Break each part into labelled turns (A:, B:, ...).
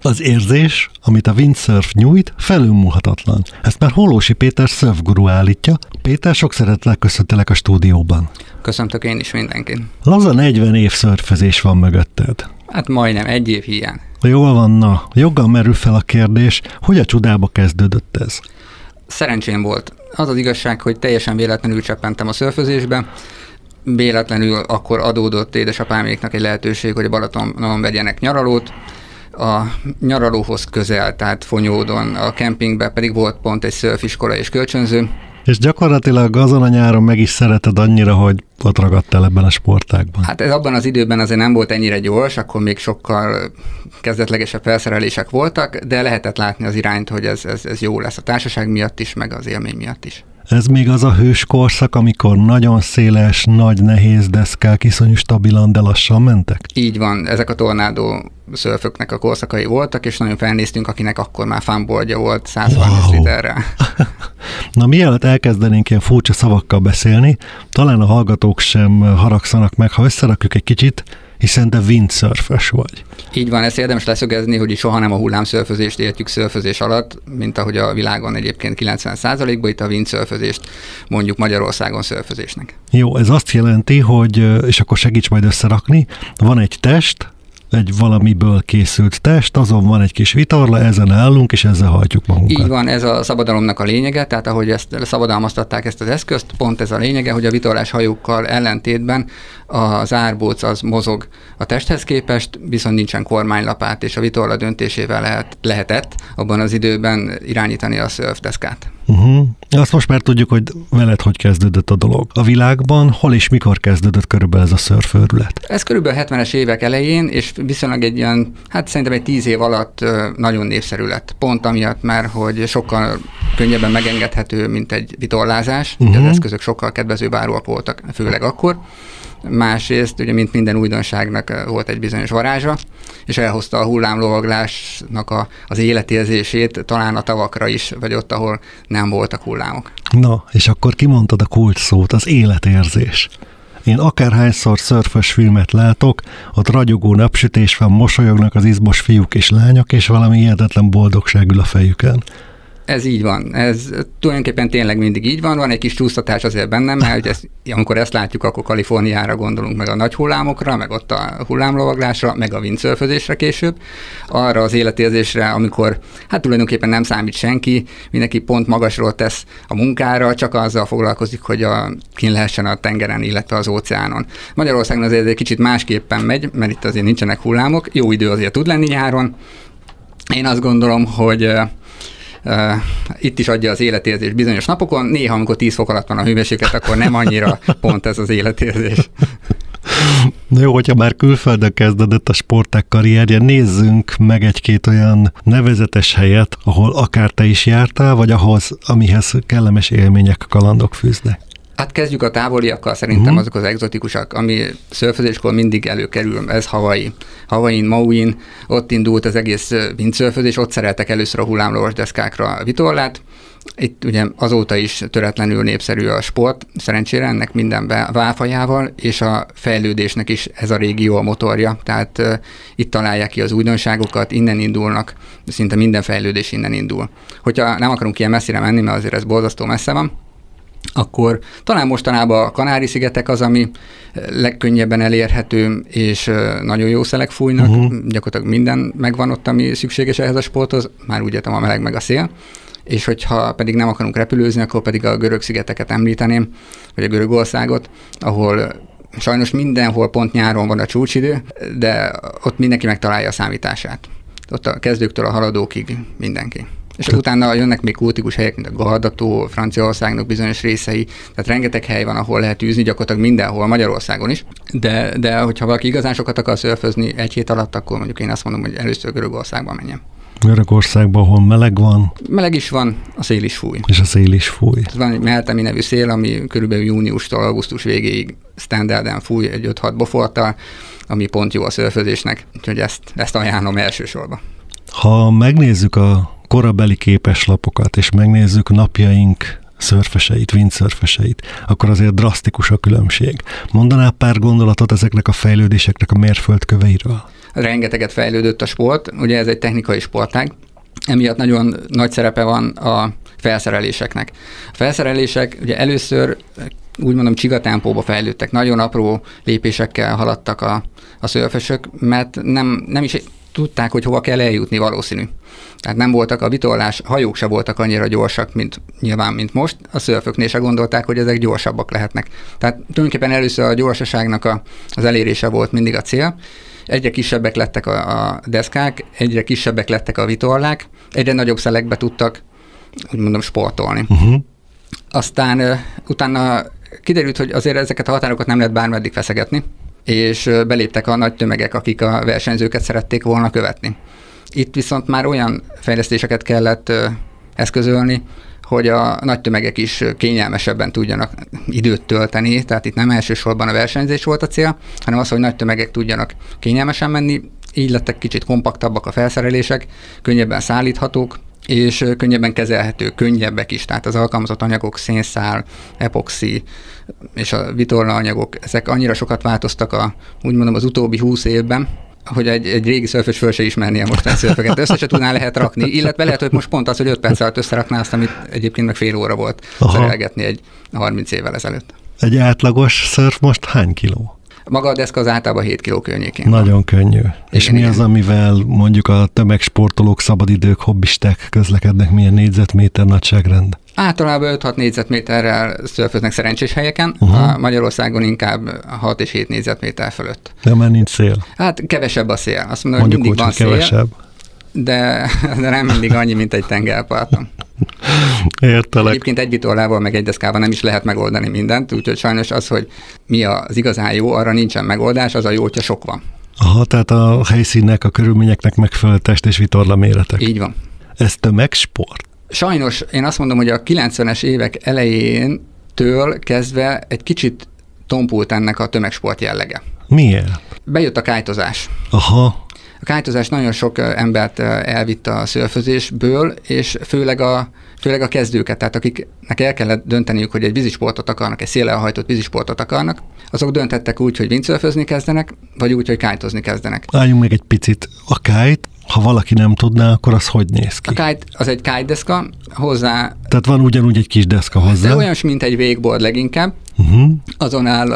A: Az érzés, amit a windsurf nyújt, felülmúlhatatlan. Ezt már Hollósi Péter surfguru állítja. Péter, sok szeretettel köszöntelek a stúdióban.
B: Köszöntök én is mindenkit.
A: Laza 40 év szörfözés van mögötted.
B: Hát majdnem, 1 év hiány.
A: Jól van, na. Joggal merül fel a kérdés, hogy a csodába kezdődött ez?
B: Szerencsém volt. Az az igazság, hogy teljesen véletlenül cseppentem a szörfözésbe. Véletlenül akkor adódott édesapáméknak egy lehetőség, hogy a Balatonon vegyenek nyaralót. A nyaralóhoz közel, tehát Fonyódon, a kempingben pedig volt pont egy szörfiskola és kölcsönző.
A: És gyakorlatilag azon a nyáron meg is szereted annyira, hogy ott ragadtál ebben a sportágban.
B: Hát ez abban az időben azért nem volt ennyire gyors, akkor még sokkal kezdetlegesebb felszerelések voltak, de lehetett látni az irányt, hogy ez jó lesz a társaság miatt is, meg az élmény miatt is.
A: Ez még az a hős korszak, amikor nagyon széles, nagy, nehéz deszkák iszonyú stabilan, de lassan mentek?
B: Így van, ezek a tornádó szörföknek a korszakai voltak, és nagyon felnéztünk, akinek akkor már fanboardja volt 130 literrel.
A: Na, mielőtt elkezdenénk ilyen furcsa szavakkal beszélni, talán a hallgatók sem haragszanak meg, ha összerakjuk egy kicsit, hiszen te windsurfös vagy.
B: Így van, ezt érdemes leszögezni, hogy soha nem a hullámszörfözést értjük szörfözés alatt, mint ahogy a világon egyébként 90%-ban itt a windsurfözést mondjuk Magyarországon szörfözésnek.
A: Jó, ez azt jelenti, hogy, és akkor segíts majd összerakni, van egy test, egy valamiből készült test, azon van egy kis vitorla, ezen állunk, és ezzel hajtjuk magunkat.
B: Így van, ez a szabadalomnak a lényege, tehát ahogy ezt szabadalmaztatták ezt az eszközt, pont ez a lényege, hogy a vitorlás hajókkal ellentétben az árbóc az mozog a testhez képest, viszont nincsen kormánylapát, és a vitorla döntésével lehetett abban az időben irányítani a szörfdeszkát.
A: Azt most már tudjuk, hogy veled hogy kezdődött a dolog. A világban hol és mikor kezdődött körülbelül ez a szörfőrület?
B: Ez körülbelül 70-es évek elején, és viszonylag egy ilyen, hát szerintem egy 10 év alatt nagyon népszerű lett. Pont amiatt már, hogy sokkal könnyebben megengedhető, mint egy vitorlázás. Az eszközök sokkal kedvezőbb áruak voltak, főleg akkor. Másrészt, ugye, mint minden újdonságnak volt egy bizonyos varázsa, és elhozta a hullámlovaglásnak az életérzését talán a tavakra is, vagy ott, ahol nem voltak hullámok.
A: Na, és akkor kimondtad a kulcs szót, az életérzés. Én akárhányszor szörfös filmet látok, ott ragyogó napsütés van, mosolyognak az izmos fiúk és lányok, és valami hihetetlen boldogság ül a fejüken.
B: Ez így van. Ez tulajdonképpen tényleg mindig így van. Van egy kis csúsztatás azért bennem, mert amikor ezt látjuk, akkor Kaliforniára gondolunk, meg a nagy hullámokra, meg ott a hullámlovaglásra, meg a windsurfözésre később. Arra az életérzésre, amikor hát tulajdonképpen nem számít senki, mindenki pont magasról tesz a munkára, csak azzal foglalkozik, hogy kint lehessen a tengeren, illetve az óceánon. Magyarországon azért egy kicsit másképpen megy, mert itt azért nincsenek hullámok. Jó idő azért tud lenni nyáron. Én azt gondolom, hogy itt is adja az életérzés bizonyos napokon. Néha, amikor 10 fok alatt van a hőmérséklet, akkor nem annyira pont ez az életérzés.
A: Jó, hogyha már külföldön kezdődött a sportág karrierje, nézzünk meg egy-két olyan nevezetes helyet, ahol akár te is jártál, vagy amihez kellemes élmények, kalandok fűznek.
B: Hát kezdjük a távoliakkal, szerintem azok az egzotikusak, ami szörfözéskor mindig előkerül, ez Hawaii. Hawaiin, Mauin, ott indult az egész windsurfözés, ott szereltek először a hullámlovas deszkákra a vitorlát. Itt ugye azóta is töretlenül népszerű a sport, szerencsére ennek minden válfajával, és a fejlődésnek is ez a régió a motorja, tehát itt találják ki az újdonságokat, innen indulnak, szinte minden fejlődés innen indul. Hogyha nem akarunk ilyen messzire menni, mert azért ez borzasztó messze van, akkor talán mostanában a Kanári-szigetek az, ami legkönnyebben elérhető, és nagyon jó szelek fújnak, gyakorlatilag minden megvan ott, ami szükséges ehhez a sporthoz, már úgy értem a meleg meg a szél, és hogyha pedig nem akarunk repülőzni, akkor pedig a Görög-szigeteket említeném, vagy a Görögországot, ahol sajnos mindenhol pont nyáron van a csúcsidő, de ott mindenki megtalálja a számítását. Ott a kezdőktől a haladókig mindenki. És utána jönnek még kultikus helyek, mint a Gardató, Franciaországnak bizonyos részei, tehát rengeteg hely van, ahol lehet űzni, gyakorlatilag mindenhol, Magyarországon is. De hogyha valaki igazán sokat akar szörfözni 1 hét alatt, akkor mondjuk én azt mondom, hogy először Görögországban menjen.
A: Görögországban, ahol meleg van.
B: Meleg is van, a szél is fúj.
A: És a szél is fúj.
B: Van egy Meltemi nevű szél, ami körülbelül júniustól augusztus végéig standarden fúj egy 5-6 boforttal, ami pont jó a szörfözésnek, úgyhogy ezt ajánlom elsősorban. Ha
A: megnézzük a korabeli képeslapokat, és megnézzük napjaink szörfeseit, windsurfeseit, akkor azért drasztikus a különbség. Mondanál pár gondolatot ezeknek a fejlődéseknek a mérföldköveiről?
B: rengeteget fejlődött a sport, ugye ez egy technikai sportág, emiatt nagyon nagy szerepe van a felszereléseknek. A felszerelések ugye először úgy mondom csigatempóba fejlődtek, nagyon apró lépésekkel haladtak a szörfösök, mert nem is tudták, hogy hova kell eljutni valószínű. Tehát nem voltak a vitorlás, hajók se voltak annyira gyorsak, mint most. A szörföknél se gondolták, hogy ezek gyorsabbak lehetnek. Tehát tulajdonképpen először a gyorsaságnak az elérése volt mindig a cél. Egyre kisebbek lettek a deszkák, egyre kisebbek lettek a vitorlák, egyre nagyobb szelekbe tudtak, úgy mondom, sportolni. Aztán utána kiderült, hogy azért ezeket a határokat nem lehet bármeddig feszegetni, és beléptek a nagy tömegek, akik a versenyzőket szerették volna követni. Itt viszont már olyan fejlesztéseket kellett eszközölni, hogy a nagy tömegek is kényelmesebben tudjanak időt tölteni, tehát itt nem elsősorban a versenyzés volt a cél, hanem az, hogy nagy tömegek tudjanak kényelmesen menni, így lettek kicsit kompaktabbak a felszerelések, könnyebben szállíthatók, és könnyebben kezelhető, könnyebbek is, tehát az alkalmazott anyagok, szénszál, epoxi és a vitorlaanyagok, ezek annyira sokat változtak úgymondom az utóbbi 20 évben, hogy egy régi szörfös föl se ismernie mostani szörföket, össze se tudná lehet rakni, illetve lehet, hogy most pont az, hogy 5 perc alatt összerakná azt, amit egyébként meg fél óra volt szerelgetni egy 30 évvel ezelőtt.
A: Egy átlagos szörf most hány kiló?
B: Maga a deszka az általában 7 kiló környékén.
A: Nagyon könnyű. Igen, és mi
B: igen.
A: az, amivel mondjuk a tömegsportolók, szabadidők, hobbisták közlekednek, milyen négyzetméter nagyságrend? Általában
B: 5-6 négyzetméterrel szörföznek szerencsés helyeken, a Magyarországon inkább 6 és 7 négyzetméter fölött.
A: De már nincs szél.
B: Hát kevesebb a szél. Azt mondom,
A: mondjuk
B: hogy mindig
A: úgy,
B: van szél,
A: kevesebb.
B: De nem mindig annyi, mint egy tengerparton.
A: Értelek.
B: Egyébként egy vitorlával, meg egy deszkával nem is lehet megoldani mindent, úgyhogy sajnos az, hogy mi az igazán jó, arra nincsen megoldás, az a jó, hogyha sok van.
A: Aha, tehát a helyszínnek, a körülményeknek megfelelő test és vitorla méretek.
B: Így van.
A: Ez tömegsport?
B: Sajnos én azt mondom, hogy a 90-es évek elejéntől kezdve egy kicsit tompult ennek a tömegsport jellege.
A: Miért?
B: Bejött a kájtozás.
A: Aha.
B: A kájtozás nagyon sok embert elvitt a szörfözésből, és főleg a kezdőket, tehát akiknek el kellett dönteniük, hogy egy vízisportot akarnak, egy széllel hajtott vízisportot akarnak, azok döntettek úgy, hogy windsurfözni kezdenek, vagy úgy, hogy kájtozni kezdenek.
A: Álljunk meg egy picit. A kájt, ha valaki nem tudná, akkor az hogy néz ki?
B: A kájt az egy kájtdeszka, hozzá...
A: Tehát van ugyanúgy egy kis deszka hozzá?
B: De olyan, mint egy wakeboard leginkább, azon áll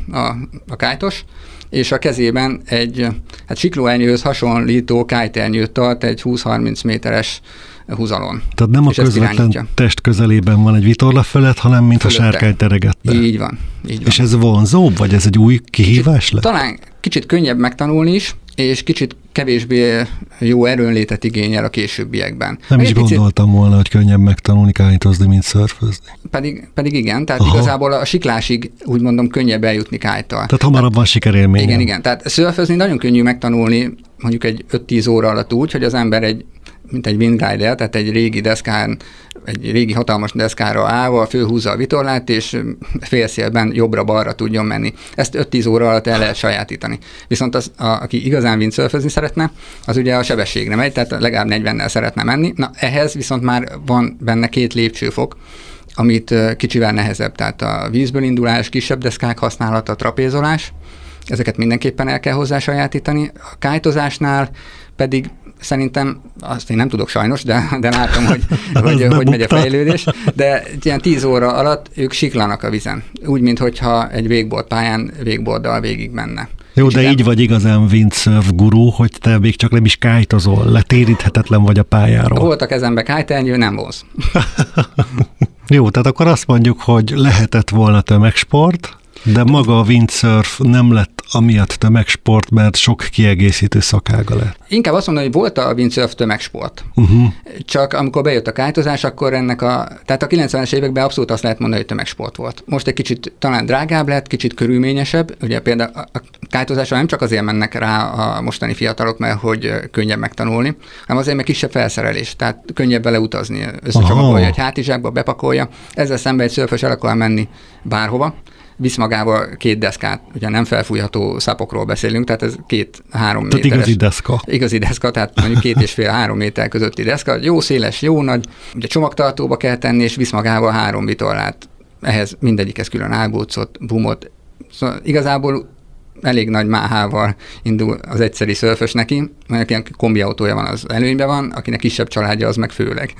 B: a kájtos, és a kezében egy siklóernyőhöz hasonlító kájternyőt tart egy 20-30 méteres húzalon.
A: Tehát nem a közvetlen test közelében van egy vitorla felett, hanem mint fölötte. A sárkány teregetne.
B: Így van.
A: És ez vonzóbb, vagy ez egy új kihívás lett?
B: Talán kicsit könnyebb megtanulni is, és kicsit kevésbé jó erőnlétet igényel a későbbiekben.
A: Nem is gondoltam volna, hogy könnyebb megtanulni kájtozni, mint szörfözni.
B: Pedig igen, tehát igazából a siklásig úgy mondom könnyebb eljutni kájttal.
A: Tehát hamarabb van sikerélmény.
B: Igen. Tehát szörfözni nagyon könnyű megtanulni mondjuk egy 5-10 óra alatt úgy, hogy az ember mint egy windrider, tehát egy régi deszkán, egy régi hatalmas deszkára állva fölhúzza a vitorlát, és félszélben jobbra-balra tudjon menni. Ezt 5-10 óra alatt el lehet sajátítani. Viszont aki igazán windsurfözni szeretne, az ugye a sebességre megy, tehát legalább 40-nel szeretne menni. Na, ehhez viszont már van benne 2 lépcsőfok, amit kicsivel nehezebb, tehát a vízből indulás, kisebb deszkák használata, trapézolás, ezeket mindenképpen el kell hozzá sajátítani. A kájtozásnál pedig szerintem, azt én nem tudok sajnos, de látom, hogy megy a fejlődés, de ilyen 10 óra alatt ők siklanak a vízen. Úgy, minthogyha egy wakeboard pályán wakeboarddal végig menne.
A: Jó, de így vagy igazán windsurf gurú, hogy te még csak nem is kájtozol, letéríthetetlen vagy a pályáról.
B: Volt a kezembe kájternyő, nem vonz.
A: Jó, tehát akkor azt mondjuk, hogy lehetett volna tömegsport, de maga a windsurf nem lett amiatt tömegsport, mert sok kiegészítő szakága lett.
B: Inkább azt mondom, hogy volt a windsurf tömegsport. Csak amikor bejött a kájtozás, akkor tehát a 90-es években abszolút azt lehet mondani, hogy tömegsport volt. Most egy kicsit talán drágább lett, kicsit körülményesebb. Ugye például a kájtozásra nem csak azért mennek rá a mostani fiatalok, mert hogy könnyebb megtanulni, hanem azért, mert kisebb felszerelés, tehát könnyebb vele utazni, összecsomagolja egy hátizsákba, bepakolja. Ezzel szemben egy szörfös el akar menni bárhova, visz magával 2 deszkát, ugye nem felfújható szapokról beszélünk, tehát ez 2-3 méteres.
A: igazi deszka.
B: Igazi deszka, tehát mondjuk 2,5-3 méter közötti deszka, jó széles, jó nagy, ugye csomagtartóba kell tenni, és visz magával 3 vitorlát. Ehhez mindegyikhez külön álbócot, bumot. Szóval igazából elég nagy máhával indul az egyszeri szörfös neki, mert akinek kombiautója van, az előnyben van, akinek kisebb családja, az meg főleg.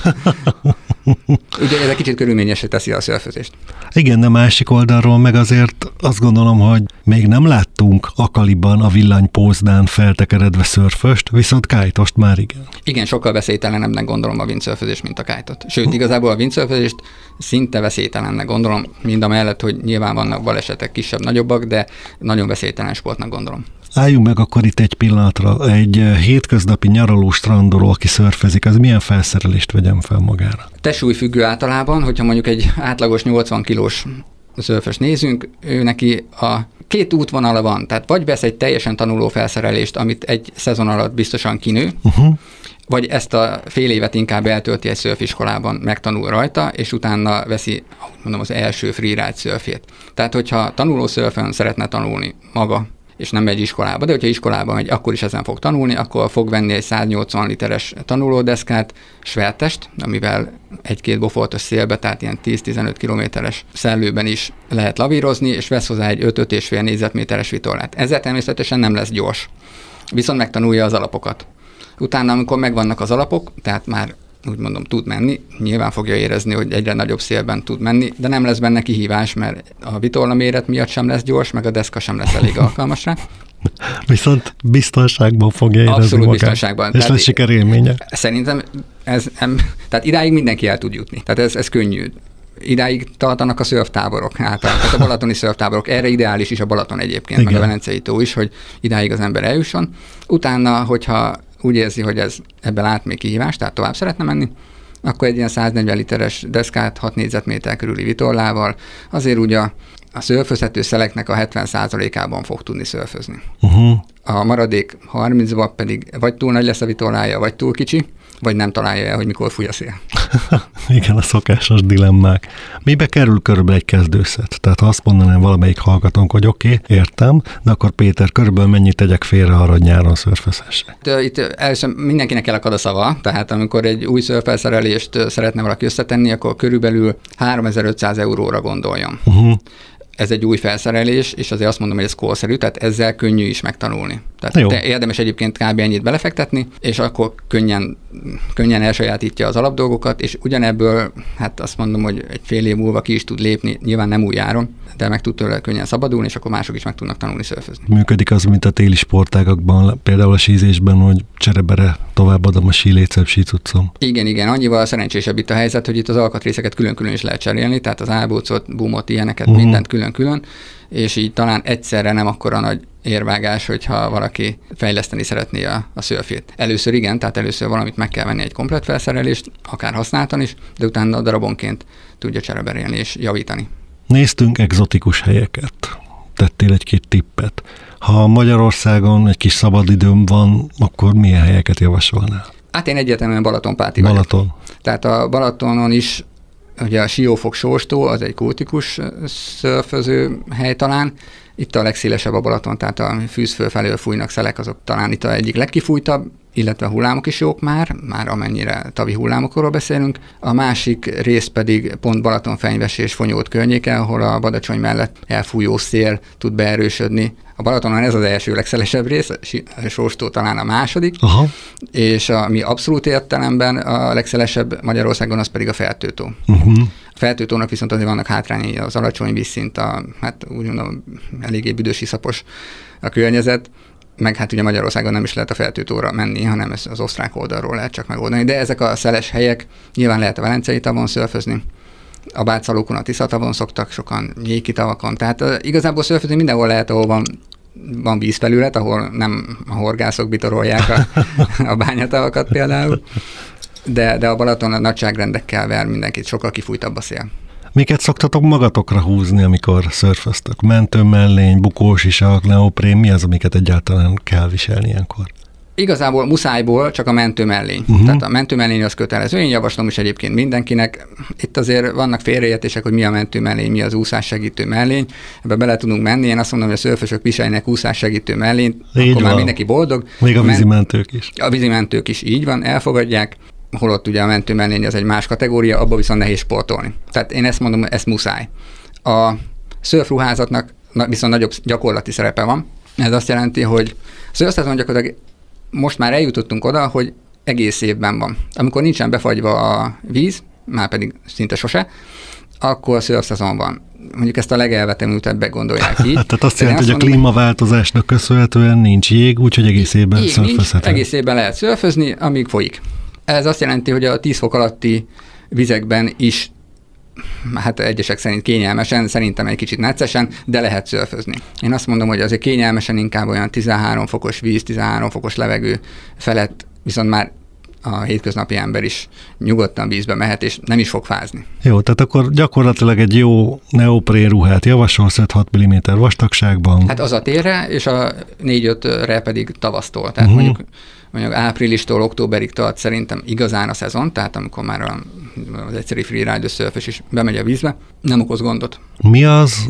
B: Ugye ez egy kicsit körülményesre teszi a szörfözést.
A: Igen, de másik oldalról meg azért azt gondolom, hogy még nem láttunk Akaliban a villanypózdán feltekeredve szörföst, viszont kite-ost már igen.
B: Igen, sokkal veszélytelenebbnek gondolom a windsurfözést, mint a kite-ot. Sőt, igazából a windsurfözést szinte veszélytelennek gondolom, mind a mellett, hogy nyilván vannak balesetek kisebb-nagyobbak, de nagyon veszélytelen sportnak gondolom.
A: Álljunk meg akkor itt egy pillanatra. Egy hétköznapi nyaraló strandoló, aki szörfözik, az milyen felszerelést vegyen fel magára?
B: Testsúlyfüggő általában, hogyha mondjuk egy átlagos 80 kilós szörfös nézünk, ő neki a két útvonala van, tehát vagy vesz egy teljesen tanuló felszerelést, amit egy szezon alatt biztosan kinő, vagy ezt a fél évet inkább eltölti egy szörfiskolában, megtanul rajta, és utána veszi, ahogy mondom, az első freeride szörfjét. Tehát, hogyha tanuló szörfön szeretne tanulni maga, és nem megy iskolába, de hogyha iskolába megy, akkor is ezen fog tanulni, akkor fog venni egy 180 literes tanulódeszkát, svertest, amivel egy-két bofoltos szélbe, tehát ilyen 10-15 kilométeres szellőben is lehet lavírozni, és vesz hozzá egy 5-5,5 négyzetméteres vitorlát. Ezzel természetesen nem lesz gyors, viszont megtanulja az alapokat. Utána, amikor megvannak az alapok, tehát már úgy mondom, tud menni, nyilván fogja érezni, hogy egyre nagyobb szélben tud menni, de nem lesz benne kihívás, mert a vitorla méret miatt sem lesz gyors, meg a deszka sem lesz elég alkalmas rá.
A: Viszont biztonságban fogja érezni
B: Abszolút
A: magát.
B: biztonságban.
A: És lesz sikerélménye.
B: Szerintem tehát idáig mindenki el tud jutni. Tehát ez könnyű. Idáig tartanak a szörftáborok általában, tehát a balatoni szörftáborok. Erre ideális is a Balaton egyébként, igen, meg a Velencei tó is, hogy idáig az ember eljusson. Utána, hogyha úgy érzi, hogy ebben lát még kihívás, tehát tovább szeretne menni, akkor egy ilyen 140 literes deszkát 6 négyzetméter körüli vitorlával, azért ugye a szörfözhető szeleknek a 70%-ában fog tudni szörfözni. A maradék 30-ban pedig vagy túl nagy lesz a vitorlája, vagy túl kicsi, vagy nem találja el, hogy mikor fúj a szél.
A: Igen, a szokásos dilemmák. Mibe kerül körülbelül egy kezdőszet? Tehát ha azt mondanám valamelyik hallgatónk, hogy oké, értem, de akkor Péter, körülbelül mennyit tegyek félre arra, hogy nyáron szörfözhesse?
B: Itt először mindenkinek elakad a szava, tehát amikor egy új szörffelszerelést szeretne valaki összetenni, akkor körülbelül 3500 euróra gondoljon. Ez egy új felszerelés, és azért azt mondom, hogy ez korszerű, tehát ezzel könnyű is megtanulni. Tehát érdemes egyébként kb. Ennyit belefektetni, és akkor könnyen elsajátítja az alapdolgokat, és ugyanebből, hát azt mondom, hogy egy fél év múlva ki is tud lépni, nyilván nem új áron, de meg tud tőle könnyen szabadulni, és akkor mások is meg tudnak tanulni szörfözni.
A: Működik az, mint a téli sportágakban, például a sízésben, hogy cserebere továbbadom a sílécebb sícuccom.
B: Igen, annyival szerencsésebb itt a helyzet, hogy itt az alkatrészeket külön-külön is lehet cserélni, tehát az ábócot, bumot, ilyeneket, mindent külön-külön, és így talán egyszerre nem akkora nagy érvágás, hogyha valaki fejleszteni szeretné a szörfjét. Először igen, tehát először valamit meg kell venni, egy komplett felszerelést, akár használtan is, de utána darabonként tudja csereberélni és javítani.
A: Néztünk egzotikus helyeket. Tettél egy-két tippet. Ha Magyarországon egy kis szabadidőm van, akkor milyen helyeket javasolnál?
B: Hát én egyértelműen Balatonpárti vagyok.
A: Balaton.
B: Tehát a Balatonon is, ugye a Siófok Sóstó, az egy kultikus szörföző hely talán. Itt a legszélesebb a Balaton, tehát a fűz fölfelől fújnak szelek, azok talán itt a egyik legkifújtabb, illetve a hullámok is jók már amennyire tavi hullámokról beszélünk. A másik rész pedig pont Balatonfenyves és Fonyód környéke, ahol a Badacsony mellett elfújó szél tud beerősödni. A Balatonon ez az első legszelesebb rész, a Sóstó talán a második, és ami abszolút értelemben a legszelesebb Magyarországon, az pedig a Fertőtó. A Fertőtónak viszont azért vannak hátrányai, az alacsony vízszint, hát úgy mondom, eléggé büdös iszapos a környezet, meg hát ugye Magyarországon nem is lehet a Fertőtóra menni, hanem ezt az osztrák oldalról lehet csak megoldani. De ezek a szeles helyek, nyilván lehet a Velencei tavon szörfözni, a Bácsalókon, a Tisza-tavon szoktak sokan, Nyéki tavakon. Tehát igazából szörfözni mindenhol lehet, ahol van vízfelület, ahol nem a horgászok bitorolják a bányatavakat például, de a Balaton a nagyságrendekkel ver mindenkit, sokkal kifújtabb a szél.
A: Miket szoktatok magatokra húzni, amikor szörföztök? Mentőmellény, bukósisak, neoprén, mi az, amiket egyáltalán kell viselni ilyenkor? Igazából
B: muszájból csak a mentőmellény. Tehát a mentőmellény az kötelező. Én javaslom is egyébként mindenkinek. Itt azért vannak félreértések, hogy mi a mentőmellény, mi az úszássegítő mellény. Ebbe bele tudunk menni. Én azt mondom, hogy a szörfösök viseljenek úszássegítő mellényt, akkor már mindenki boldog.
A: Még a vízimentők is.
B: A vízimentők is így van, elfogadják. Holott ugye a mentőmellény az egy más kategória, abban viszont nehéz sportolni. Tehát én ezt mondom, ezt muszáj. A szörfruházatnak viszont nagyobb gyakorlati szerepe van. Ez azt jelenti, hogy a szörfszezon gyakorlatilag most már eljutottunk oda, hogy egész évben van. Amikor nincsen befagyva a víz, már pedig szinte sose, akkor szörfszezon van. Mondjuk ezt a legelvetemültebbek gondolják így.
A: Tehát azt jelenti, hogy a klímaváltozásnak köszönhetően nincs jég, úgyhogy egész évben szörfözhető.
B: Egész évben lehet szörfözni, amíg folyik. Ez azt jelenti, hogy a 10 fok alatti vizekben is, hát egyesek szerint kényelmesen, szerintem egy kicsit neccesen, de lehet szörfözni. Én azt mondom, hogy azért kényelmesen inkább olyan 13 fokos víz, 13 fokos levegő felett, viszont már a hétköznapi ember is nyugodtan vízbe mehet, és nem is fog fázni.
A: Jó, tehát akkor gyakorlatilag egy jó neoprén ruhát javasolsz 5-6 mm vastagságban.
B: Hát az a térre, és a 4-5-re pedig tavasztól. Tehát mondjuk áprilistól októberig tart szerintem igazán a szezon, tehát amikor már az egyszerű freerider szörfös is bemegy a vízbe, nem okoz gondot.
A: Mi az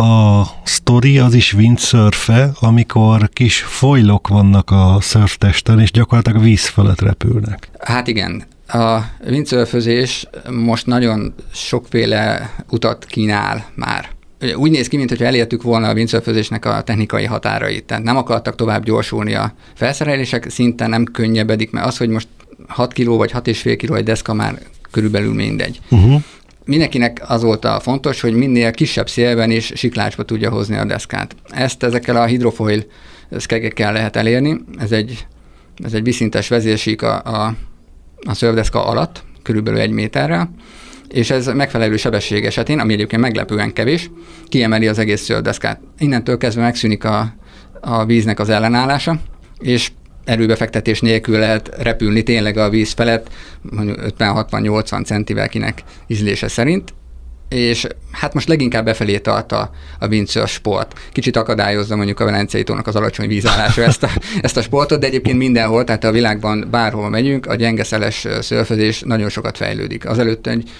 A: a sztori, az is windsurf-e, amikor kis folylok vannak a szörftesten, és gyakorlatilag víz fölött repülnek?
B: Hát igen. A windsurfözés most nagyon sokféle utat kínál már. Úgy néz ki, mintha elértük volna a windsurfözésnek a technikai határait. Tehát nem akartak tovább gyorsulni a felszerelések, szinte nem könnyebedik, mert az, hogy most 6 kg vagy 6,5 kg egy deszka már körülbelül mindegy. Mindenkinek az volt a fontos, hogy minél kisebb szélben is siklásba tudja hozni a deszkát. Ezt ezekkel a hidrofoil szkegekkel lehet elérni. Ez egy biszintes vezérsík a szörfdeszka alatt, körülbelül 1 méterrel, és ez megfelelő sebesség esetén, ami egyébként meglepően kevés, kiemeli az egész szörfdeszkát. Innentől kezdve megszűnik a víznek az ellenállása, és erőbefektetés nélkül lehet repülni tényleg a víz felett, mondjuk 50-60-80 centivel kinek ízlése szerint, és hát most leginkább befelé tart a windsurf sport. Kicsit akadályozza mondjuk a Velencei tónak az alacsony vízállása ezt a sportot, de egyébként mindenhol, tehát a világban bárhol megyünk, a gyengeszeles szörfözés nagyon sokat fejlődik. Azelőtt egy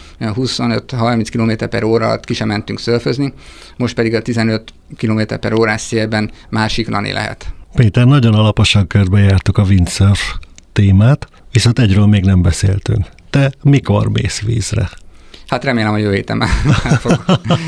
B: 25-30 km/h alatt ki sem mentünk szörfözni, most pedig a 15 km/h szélben már siklani lehet.
A: Péter, nagyon alaposan körbejártuk a windsurf témát, viszont egyről még nem beszéltünk. Te mikor mész vízre?
B: Hát remélem, hogy jövő héten már fogok.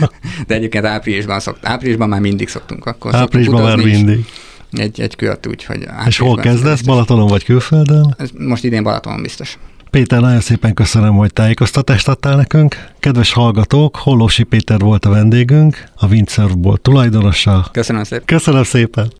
B: De egyébként áprilisban már mindig szoktunk. Akkor
A: áprilisban már mindig.
B: Egy kört úgy, hogy...
A: És hol kezdesz? Balatonon vagy külföldön?
B: Most idén Balatonon biztos.
A: Péter, nagyon szépen köszönöm, hogy tájékoztatást adtál nekünk. Kedves hallgatók, Hollósi Péter volt a vendégünk, a Windsurfból tulajdonosa.
B: Köszönöm szépen.
A: Köszönöm szépen.